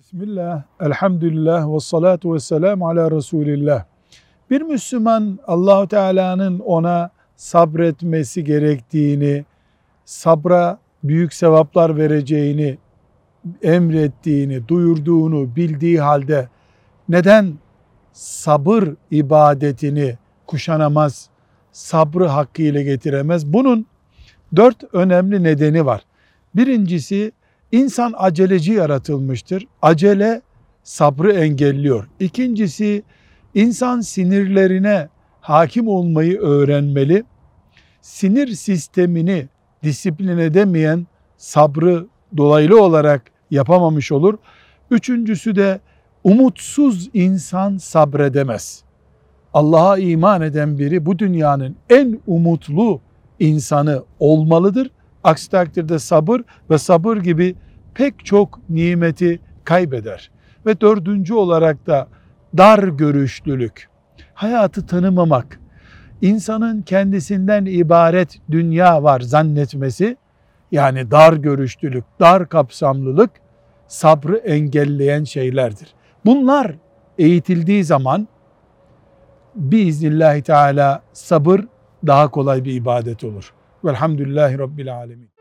Bismillah, elhamdülillah ve salatu ve selamu ala Resulillah. Bir Müslüman Allahu Teala'nın ona sabretmesi gerektiğini, sabra büyük sevaplar vereceğini emrettiğini, duyurduğunu bildiği halde neden sabır ibadetini kuşanamaz, sabrı hakkıyla getiremez? Bunun 4 önemli nedeni var. Birincisi, İnsan aceleci yaratılmıştır. Acele sabrı engelliyor. İkincisi, insan sinirlerine hakim olmayı öğrenmeli. Sinir sistemini disiplin edemeyen sabrı dolaylı olarak yapamamış olur. Üçüncüsü de umutsuz insan sabredemez. Allah'a iman eden biri bu dünyanın en umutlu insanı olmalıdır. Aksi takdirde sabır ve sabır gibi pek çok nimeti kaybeder. Ve dördüncü olarak da dar görüşlülük, hayatı tanımamak, insanın kendisinden ibaret dünya var zannetmesi, yani dar görüşlülük, dar kapsamlılık sabrı engelleyen şeylerdir. Bunlar eğitildiği zaman biiznillahü teala sabır daha kolay bir ibadet olur. Velhamdülillahi Rabbil alemin.